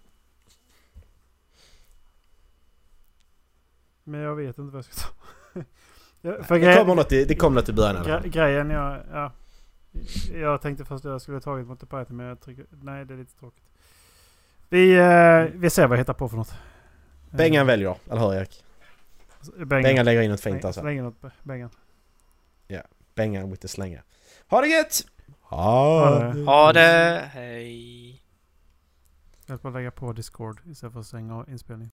Men jag vet inte vad jag ska ta. Ja, för Det grej, kommer något i, det kommer något i början. Eller? gre, grejen jag... Ja. Jag tänkte först att jag skulle ha tagit Monty Python men jag tycker... Nej, det är lite tråkigt. Vi, eh, vi ser vad jag hittar på för något. Bengan väljer, eller hur Erik? Bengan. Bengan lägger in något fint alltså. Slänger något. Bengan. Bengan with the slänga. Ha det gött! Ha det. Ha det, hej! Jag får lägga på Discord istället för att stänga av inspelningen.